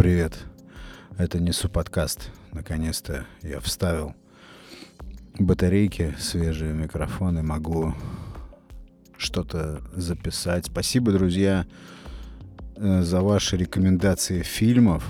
привет. Это Несу подкаст. Наконец-то я вставил батарейки, свежие микрофоны, могу что-то записать. Спасибо, друзья, за ваши рекомендации фильмов.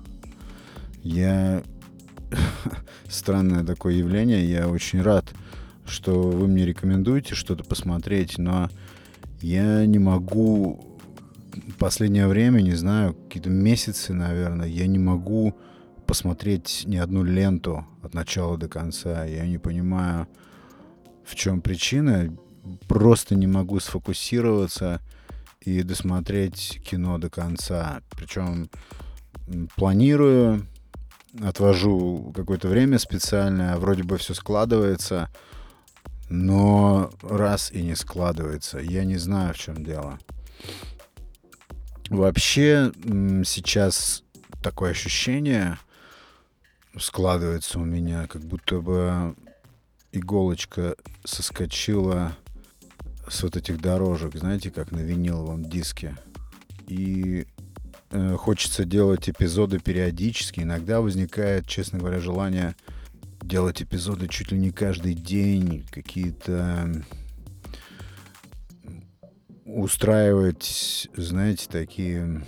Странное такое явление. Я очень рад, что вы мне рекомендуете что-то посмотреть, но я не могу... В последнее время, не знаю, какие-то месяцы, наверное, я не могу посмотреть ни одну ленту от начала до конца. Я не понимаю, в чем причина. Просто не могу сфокусироваться и досмотреть кино до конца. Причем планирую, отвожу какое-то время специальное, вроде бы все складывается, но раз и не складывается. Я не знаю, в чем дело. Вообще сейчас такое ощущение складывается у меня, как будто бы иголочка соскочила с вот этих дорожек, знаете, как на виниловом диске. И хочется делать эпизоды периодически. Иногда возникает, честно говоря, желание делать эпизоды чуть ли не каждый день, какие-то... устраивать, знаете, такие...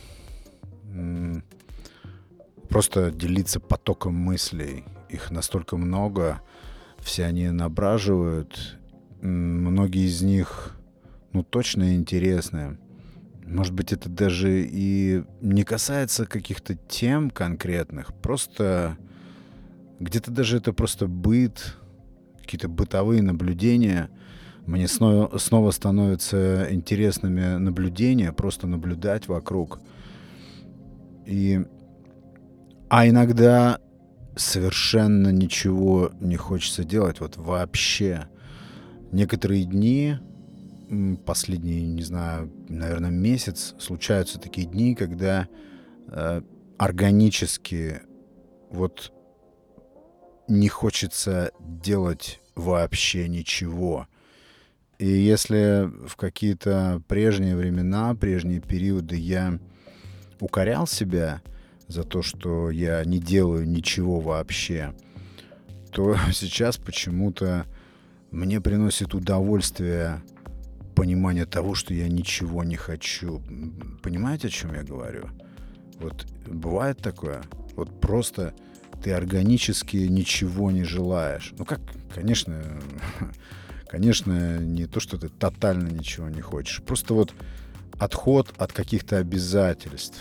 просто делиться потоком мыслей. Их настолько много, все они набраживают. Многие из них, точно интересные. Может быть, это даже и не касается каких-то тем конкретных. Просто где-то даже это просто быт, какие-то бытовые наблюдения. Мне снова становятся интересными наблюдения, просто наблюдать вокруг. А иногда совершенно ничего не хочется делать, вот вообще. Некоторые дни, последние, не знаю, наверное, месяц, случаются такие дни, когда органически вот не хочется делать вообще ничего. И если в какие-то прежние времена, прежние периоды я укорял себя за то, что я не делаю ничего вообще, то сейчас почему-то мне приносит удовольствие понимание того, что я ничего не хочу. Понимаете, о чем я говорю? Вот бывает такое? Вот просто ты органически ничего не желаешь. Конечно, не то, что ты тотально ничего не хочешь. Просто вот отход от каких-то обязательств.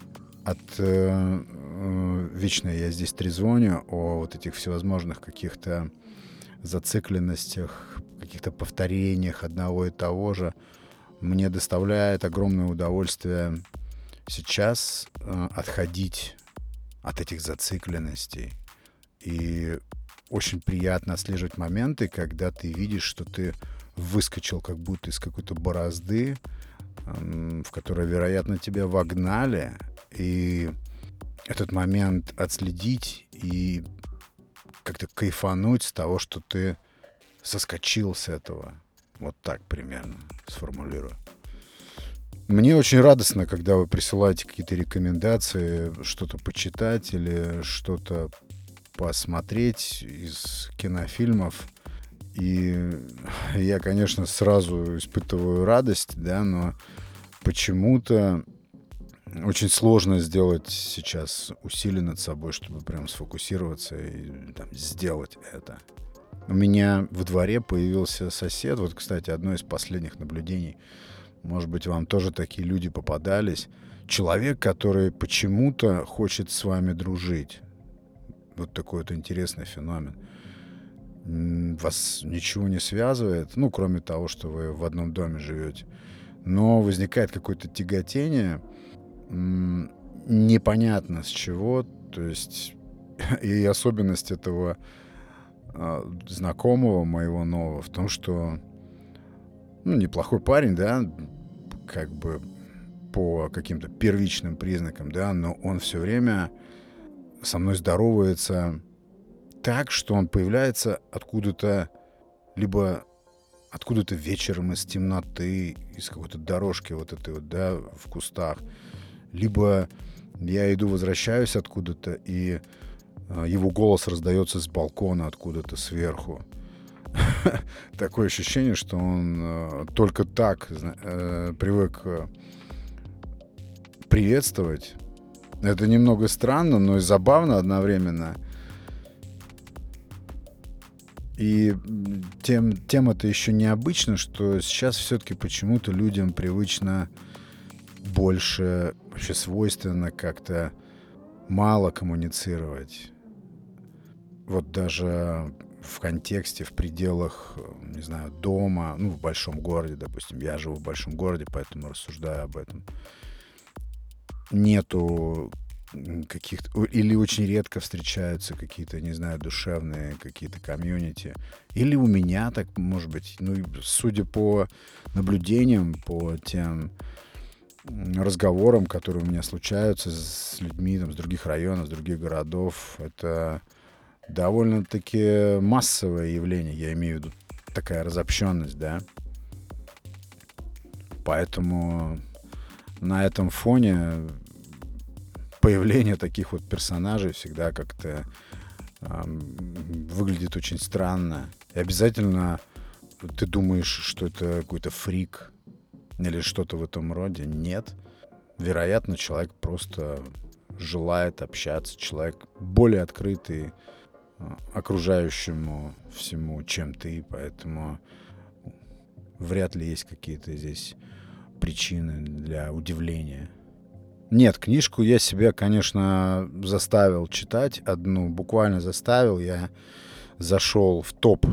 Вечно я здесь трезвоню о вот этих всевозможных каких-то зацикленностях, каких-то повторениях одного и того же. Мне доставляет огромное удовольствие сейчас отходить от этих зацикленностей. И очень приятно отслеживать моменты, когда ты видишь, что ты выскочил как будто из какой-то борозды, в которой, вероятно, тебя вогнали. И этот момент отследить и как-то кайфануть с того, что ты соскочил с этого. Вот так примерно сформулирую. Мне очень радостно, когда вы присылаете какие-то рекомендации, что-то почитать или что-то посмотреть из кинофильмов. И я, конечно, сразу испытываю радость, да, но почему-то очень сложно сделать сейчас усилие над собой, чтобы прям сфокусироваться и сделать это. У меня во дворе появился сосед. Вот, кстати, одно из последних наблюдений. Может быть, вам тоже такие люди попадались. Человек, который почему-то хочет с вами дружить. Вот такой вот интересный феномен. Вас ничего не связывает, кроме того, что вы в одном доме живете. Но возникает какое-то тяготение, непонятно с чего. То есть и особенность этого знакомого моего нового в том, что неплохой парень, да, как бы по каким-то первичным признакам, да, но он все время со мной здоровается так, что он появляется откуда-то вечером из темноты, из какой-то дорожки вот этой вот, да, в кустах, либо Я иду, возвращаюсь откуда-то, и его голос раздается с балкона откуда-то сверху. Такое ощущение, что он только так привык приветствовать. Это немного странно, но и забавно одновременно. И тем это еще необычно, что сейчас все-таки почему-то людям привычно больше, вообще свойственно как-то мало коммуницировать. Вот даже в контексте, в пределах, не знаю, дома, ну, в большом городе, допустим. Я живу в большом городе, поэтому рассуждаю об этом. Нету каких-то... Или очень редко встречаются какие-то, не знаю, душевные какие-то комьюнити. Или у меня так, может быть, ну, судя по наблюдениям, по тем разговорам, которые у меня случаются с людьми там, с других районов, с других городов, это довольно-таки массовое явление. Я имею в виду такая разобщенность, да. Поэтому на этом фоне появление таких вот персонажей всегда как-то выглядит очень странно. И обязательно ты думаешь, что это какой-то фрик или что-то в этом роде. Нет. Вероятно, человек просто желает общаться. Человек более открытый окружающему всему, чем ты. Поэтому вряд ли есть какие-то здесь причины для удивления. Нет, книжку я себя, конечно, заставил читать. Одну буквально заставил. Я зашел в топ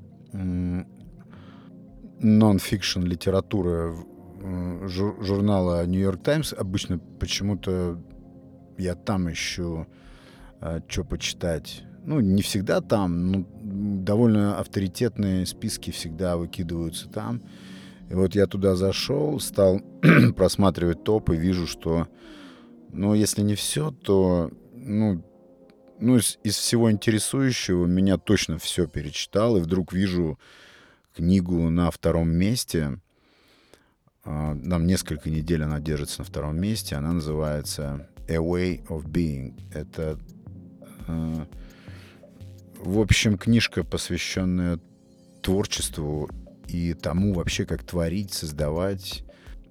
нон-фикшн литературы журнала New York Times. Обычно почему-то я там ищу, что почитать. Ну, не всегда там, но довольно авторитетные списки всегда выкидываются там. И вот я туда зашел, стал просматривать топ и вижу, что, ну, если не все, то, ну из всего интересующего меня точно все перечитал. И вдруг вижу книгу на втором месте. Там несколько недель она держится на втором месте. Она называется A Way of Being. Это, в общем, книжка, посвященная творчеству и тому вообще, как творить, создавать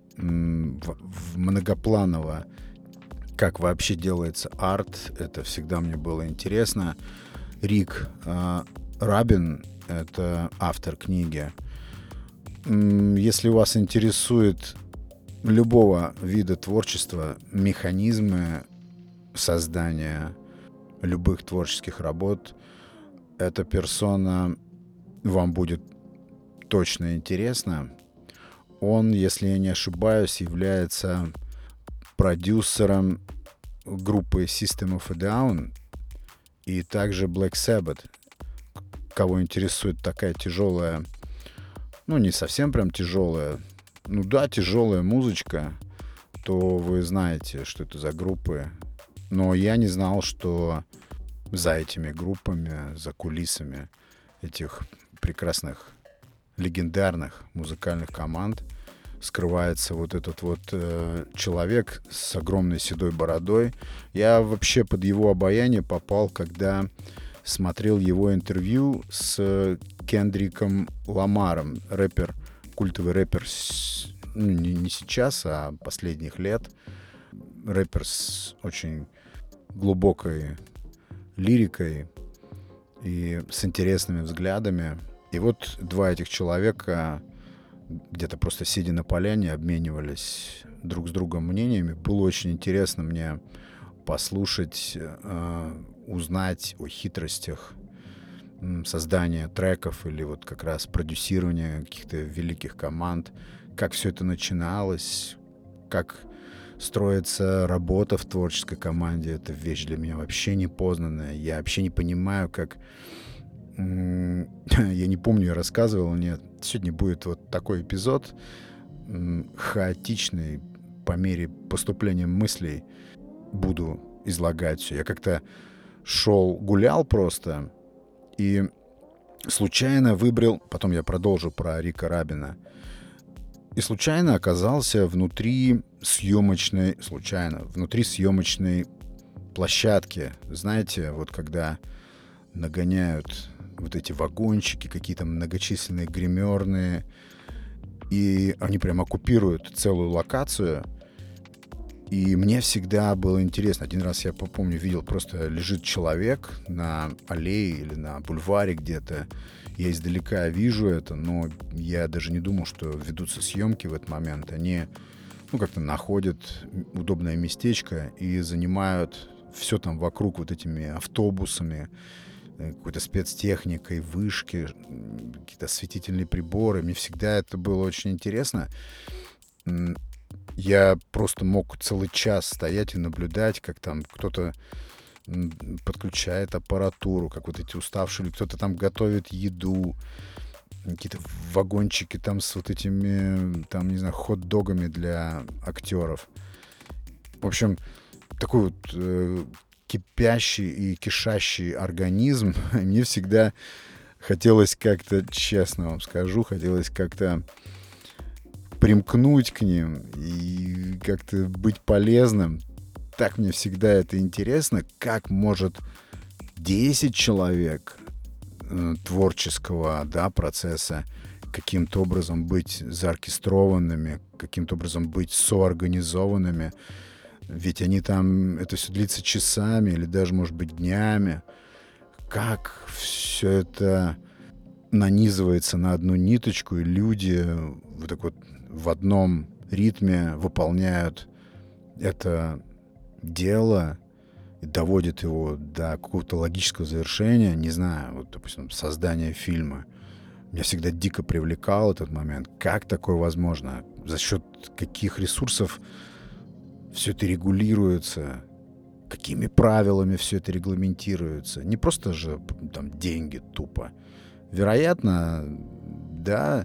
многопланово, как вообще делается арт. Это всегда мне было интересно. Рик Рабин — это автор книги. Если вас интересует любого вида творчества, механизмы создания любых творческих работ, эта персона вам будет точно интересна. Он, если я не ошибаюсь, является продюсером группы System of a Down и также Black Sabbath. Кого интересует такая тяжелая, ну, не совсем прям тяжелая, ну да, тяжелая музычка, то вы знаете, что это за группы. Но я не знал, что за этими группами, за кулисами этих прекрасных, легендарных музыкальных команд скрывается вот этот вот человек с огромной седой бородой. Я вообще под его обаяние попал, когда смотрел его интервью с Кендриком Ламаром, рэпер, культовый рэпер, ну, не сейчас, а последних лет. Рэпер с очень глубокой лирикой и с интересными взглядами. И вот два этих человека где-то просто сидя на поляне обменивались друг с другом мнениями. Было очень интересно мне послушать, узнать о хитростях создания треков или вот как раз продюсирования каких-то великих команд, как все это начиналось, как строится работа в творческой команде. Это вещь для меня вообще непознанная. Я вообще не понимаю, как... Я не помню, я рассказывал, нет. Сегодня будет вот такой эпизод, хаотичный, по мере поступления мыслей буду излагать все. Я как-то гулял просто и случайно выбрал, потом я продолжу про Рика Рабина, и И случайно оказался внутри съемочной площадки. Знаете, вот когда нагоняют вот эти вагончики, какие-то многочисленные гримерные, и они прям оккупируют целую локацию. И мне всегда было интересно. Один раз, я помню, видел, просто лежит человек на аллее или на бульваре где-то. Я издалека вижу это, но я даже не думал, что ведутся съемки в этот момент. Они, как-то находят удобное местечко и занимают все там вокруг вот этими автобусами, какой-то спецтехникой, вышки, какие-то осветительные приборы. Мне всегда это было очень интересно. Я просто мог целый час стоять и наблюдать, как там кто-то подключает аппаратуру, как вот эти уставшие, или кто-то там готовит еду, какие-то вагончики там с вот этими, там, не знаю, хот-догами для актеров. В общем, такой вот кипящий и кишащий организм. Мне всегда хотелось как-то, честно вам скажу, хотелось как-то примкнуть к ним и как-то быть полезным. Так мне всегда это интересно, как может 10 человек творческого, процесса каким-то образом быть заоркестрованными, каким-то образом быть соорганизованными. Ведь они там, это все длится часами или даже, может быть, днями. Как все это нанизывается на одну ниточку, и люди вот так вот в одном ритме выполняют это дело и доводят его до какого-то логического завершения. Не знаю, вот, допустим, создание фильма. Меня всегда дико привлекал этот момент. Как такое возможно? За счет каких ресурсов все это регулируется? Какими правилами все это регламентируется? Не просто же там деньги тупо. Вероятно, да,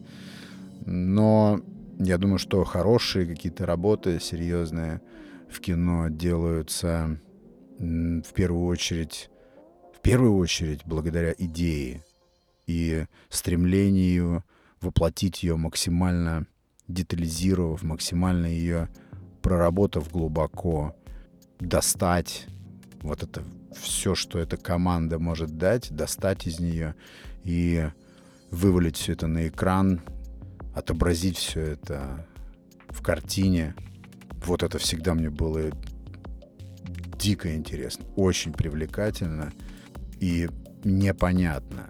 но я думаю, что хорошие какие-то работы серьезные в кино делаются в первую очередь благодаря идее и стремлению воплотить ее, максимально детализировав, максимально ее проработав глубоко, достать вот это все, что эта команда может дать, достать из нее и вывалить все это на экран, отобразить все это в картине. Вот это всегда мне было дико интересно, очень привлекательно и непонятно.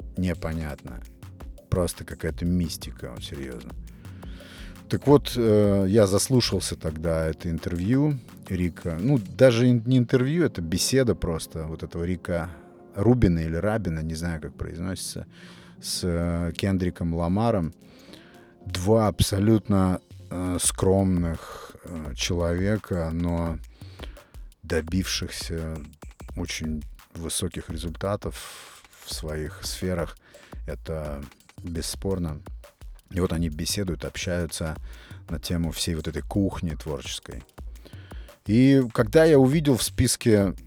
Просто какая-то мистика, серьезно. Так вот, я заслушался тогда это интервью Рика. Даже не интервью, это беседа просто вот этого Рика Рубина или Рабина, не знаю, как произносится, с Кендриком Ламаром. Два абсолютно скромных человека, но добившихся очень высоких результатов в своих сферах. Это бесспорно. И вот они беседуют, общаются на тему всей вот этой кухни творческой. И когда я увидел в списке,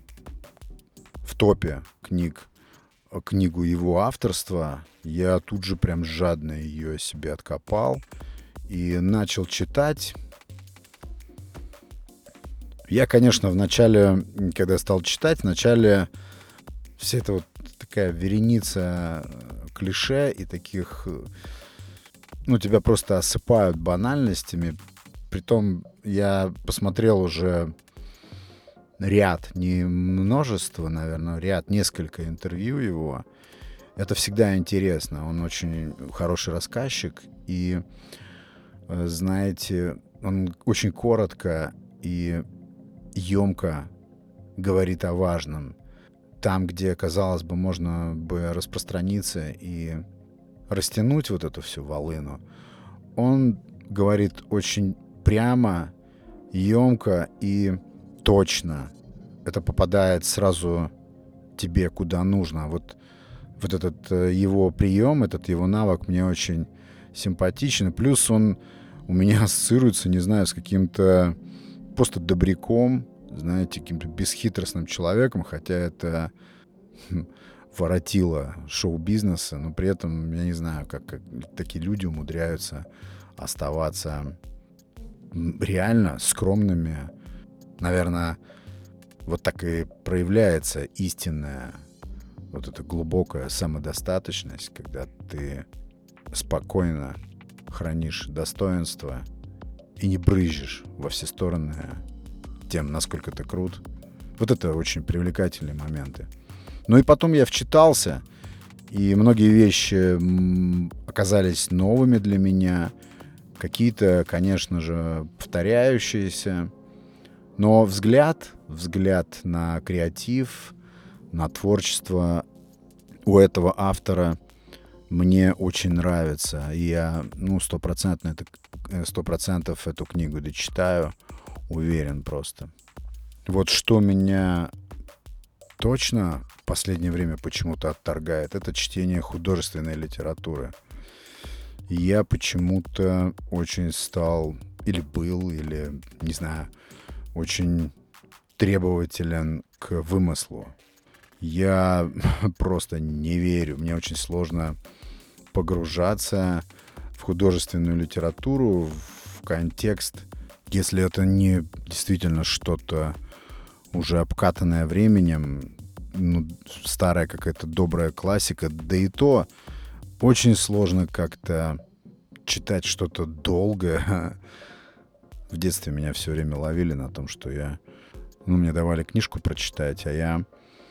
в топе книгу его авторства, я тут же прям жадно ее себе откопал и начал читать. Я, конечно, вначале, когда стал читать, вначале вся эта вот такая вереница клише и таких... тебя просто осыпают банальностями. Притом я посмотрел уже ряд, не множество, наверное, несколько интервью его. Это всегда интересно. Он очень хороший рассказчик. И, знаете, он очень коротко и емко говорит о важном. Там, где, казалось бы, можно бы распространиться и растянуть вот эту всю волыну, он говорит очень прямо, емко и точно. Это попадает сразу тебе куда нужно. Вот этот его прием, этот его навык мне очень симпатичен. Плюс он у меня ассоциируется, не знаю, с каким-то просто добряком, знаете, каким-то бесхитростным человеком, хотя это воротило шоу-бизнеса, но при этом, я не знаю, как такие люди умудряются оставаться реально скромными. Наверное, вот так и проявляется истинная вот эта глубокая самодостаточность, когда ты спокойно хранишь достоинство и не брызжешь во все стороны тем, насколько ты крут. Вот это очень привлекательные моменты. Ну и потом я вчитался, и многие вещи оказались новыми для меня. Какие-то, конечно же, повторяющиеся. Но взгляд на креатив, на творчество у этого автора мне очень нравится. И я, 100% эту книгу дочитаю, уверен просто. Вот что меня точно в последнее время почему-то отторгает, это чтение художественной литературы. И я почему-то очень стал, или был, или, не знаю, очень требователен к вымыслу. Я просто не верю. Мне очень сложно погружаться в художественную литературу, в контекст, если это не действительно что-то уже обкатанное временем, старая какая-то добрая классика. Да и то очень сложно как-то читать что-то долгое. В детстве меня все время ловили на том, что мне давали книжку прочитать, а я,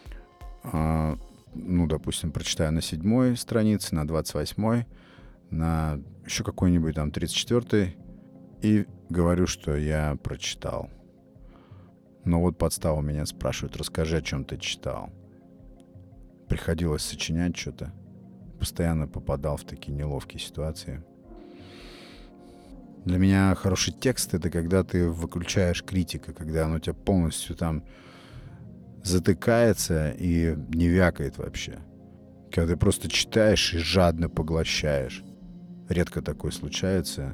допустим, прочитаю на 7-й странице, на 28-й, на еще какой-нибудь там 34-й, и говорю, что я прочитал. Но вот подстава меня спрашивает: расскажи, о чем ты читал. Приходилось сочинять что-то. Постоянно попадал в такие неловкие ситуации. Для меня хороший текст — это когда ты выключаешь критика, когда оно тебя полностью там затыкается и не вякает вообще. Когда ты просто читаешь и жадно поглощаешь. Редко такое случается.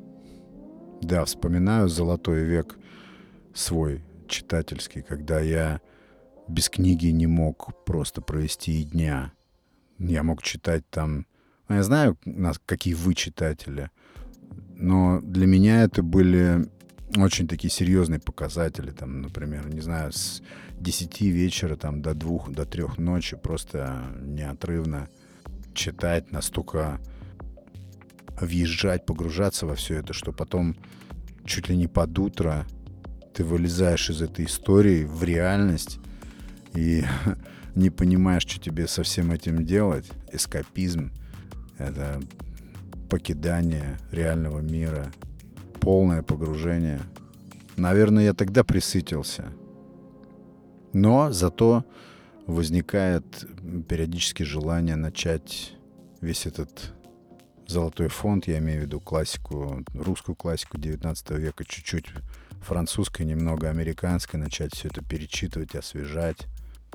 Да, вспоминаю золотой век свой, читательский, когда я без книги не мог просто провести и дня. Я мог читать там... Я знаю, какие вы читатели, но для меня это были очень такие серьезные показатели. Там, например, не знаю, с 10 вечера там, до 2, до 3 ночи просто неотрывно читать, настолько въезжать, погружаться во все это, что потом чуть ли не под утро ты вылезаешь из этой истории в реальность и не понимаешь, что тебе со всем этим делать. Эскапизм — это покидание реального мира, полное погружение. Наверное, я тогда пресытился. Но зато возникает периодически желание начать весь этот золотой фонд, я имею в виду классику, русскую классику 19 века, чуть-чуть французской, немного американской, начать все это перечитывать, освежать.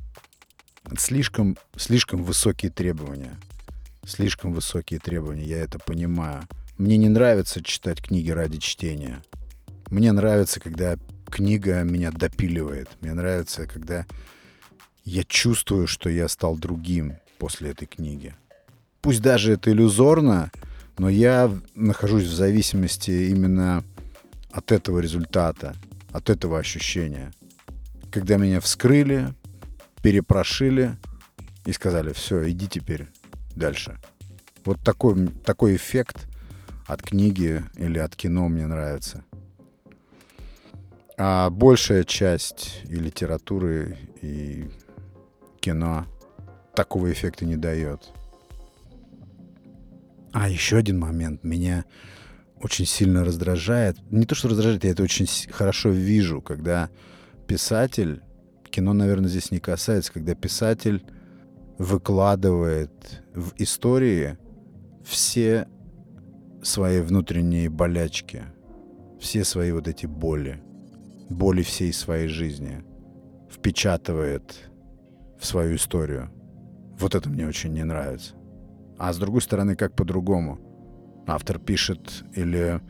Слишком высокие требования. Слишком высокие требования, я это понимаю. Мне не нравится читать книги ради чтения. Мне нравится, когда книга меня допиливает. Мне нравится, когда я чувствую, что я стал другим после этой книги. Пусть даже это иллюзорно, но я нахожусь в зависимости именно от этого результата, от этого ощущения. Когда меня вскрыли, перепрошили и сказали: все, иди теперь дальше. Вот такой эффект от книги или от кино мне нравится. А большая часть и литературы, и кино такого эффекта не дает. А еще один момент меня очень сильно раздражает. Не то, что раздражает, я это очень хорошо вижу, когда писатель, кино, наверное, здесь не касается, когда писатель выкладывает в истории все свои внутренние болячки, все свои вот эти боли всей своей жизни впечатывает в свою историю. Вот это мне очень не нравится. А с другой стороны, как по-другому? Автор пишет или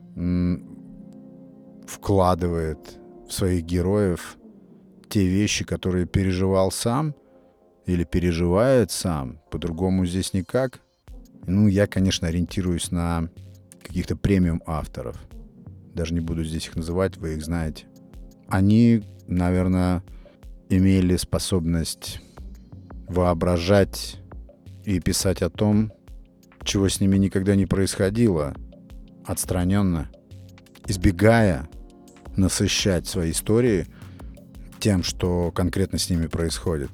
вкладывает в своих героев те вещи, которые переживал сам или переживает сам. По-другому здесь никак. Я, конечно, ориентируюсь на каких-то премиум авторов. Даже не буду здесь их называть, вы их знаете. Они, наверное, имели способность воображать и писать о том, чего с ними никогда не происходило, отстраненно, избегая насыщать свои истории тем, что конкретно с ними происходит.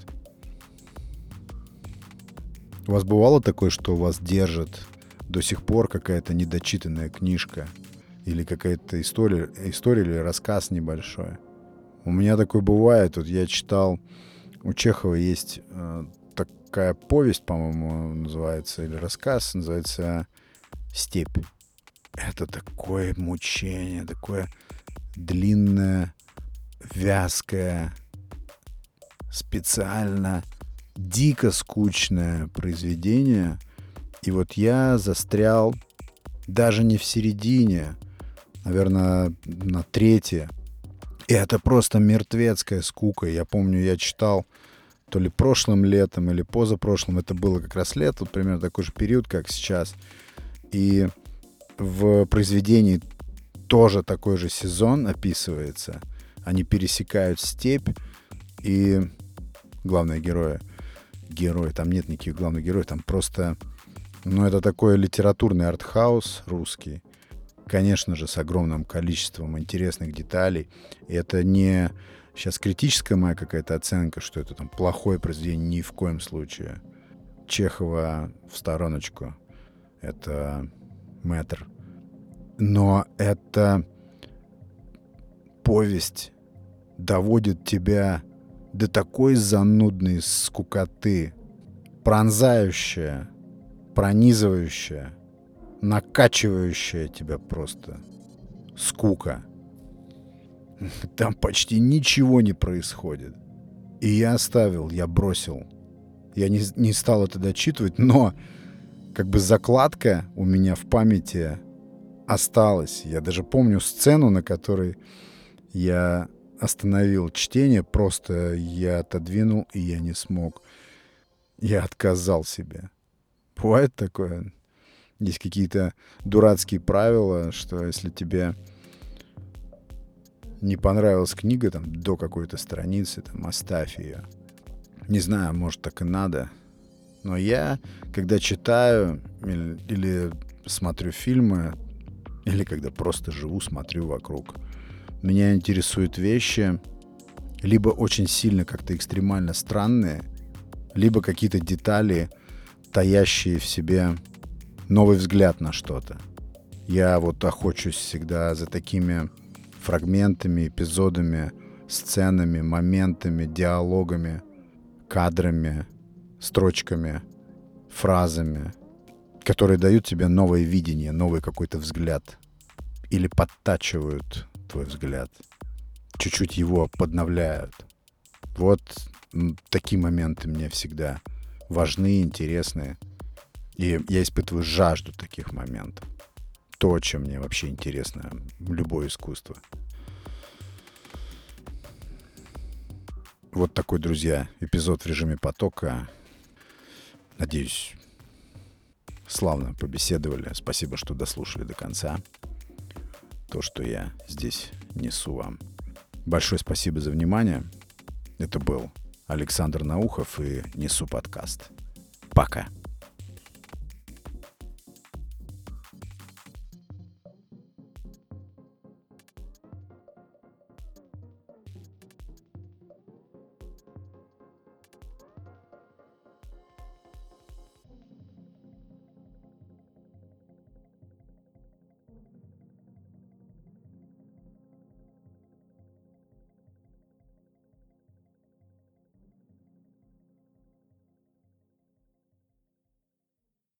У вас бывало такое, что вас держит до сих пор какая-то недочитанная книжка или какая-то история или рассказ небольшой? У меня такое бывает. Вот я читал, у Чехова есть такая повесть, по-моему, называется, или рассказ, называется «Степь». Это такое мучение, такое длинное, вязкое, специально дико скучное произведение. И вот я застрял даже не в середине, наверное, на третьей. И это просто мертвецкая скука. Я помню, я читал то ли прошлым летом или позапрошлым. Это было как раз лето, примерно такой же период, как сейчас. И в произведении тоже такой же сезон описывается. Они пересекают степь, и главные герои, там нет никаких главных героев, там просто, это такой литературный артхаус русский, конечно же, с огромным количеством интересных деталей. И это не сейчас критическая моя какая-то оценка, что это там плохое произведение, ни в коем случае. Чехова в стороночку. Это мэтр. Но эта повесть доводит тебя до такой занудной скукоты, пронзающая, пронизывающая, накачивающая тебя просто скука. Там почти ничего не происходит. И я бросил. Я не стал это дочитывать, но как бы закладка у меня в памяти осталась. Я даже помню сцену, на которой я остановил чтение, просто я отодвинул, и я не смог. Я отказал себе. Бывает такое. Есть какие-то дурацкие правила, что если тебе не понравилась книга там, до какой-то страницы, там, оставь ее. Не знаю, может, так и надо. Но я, когда читаю или смотрю фильмы, или когда просто живу, смотрю вокруг, меня интересуют вещи либо очень сильно как-то экстремально странные, либо какие-то детали, таящие в себе новый взгляд на что-то. Я вот охочусь всегда за такими фрагментами, эпизодами, сценами, моментами, диалогами, кадрами, строчками, фразами, которые дают тебе новое видение, новый какой-то взгляд или подтачивают твой взгляд, чуть-чуть его подновляют. Вот такие моменты мне всегда важны, интересны. И я испытываю жажду таких моментов. То, чем мне вообще интересно, любое искусство. Вот такой, друзья, эпизод в режиме потока. Надеюсь, славно побеседовали. Спасибо, что дослушали до конца то, что я здесь несу вам. Большое спасибо за внимание. Это был Александр Наухов и «Несу подкаст». Пока.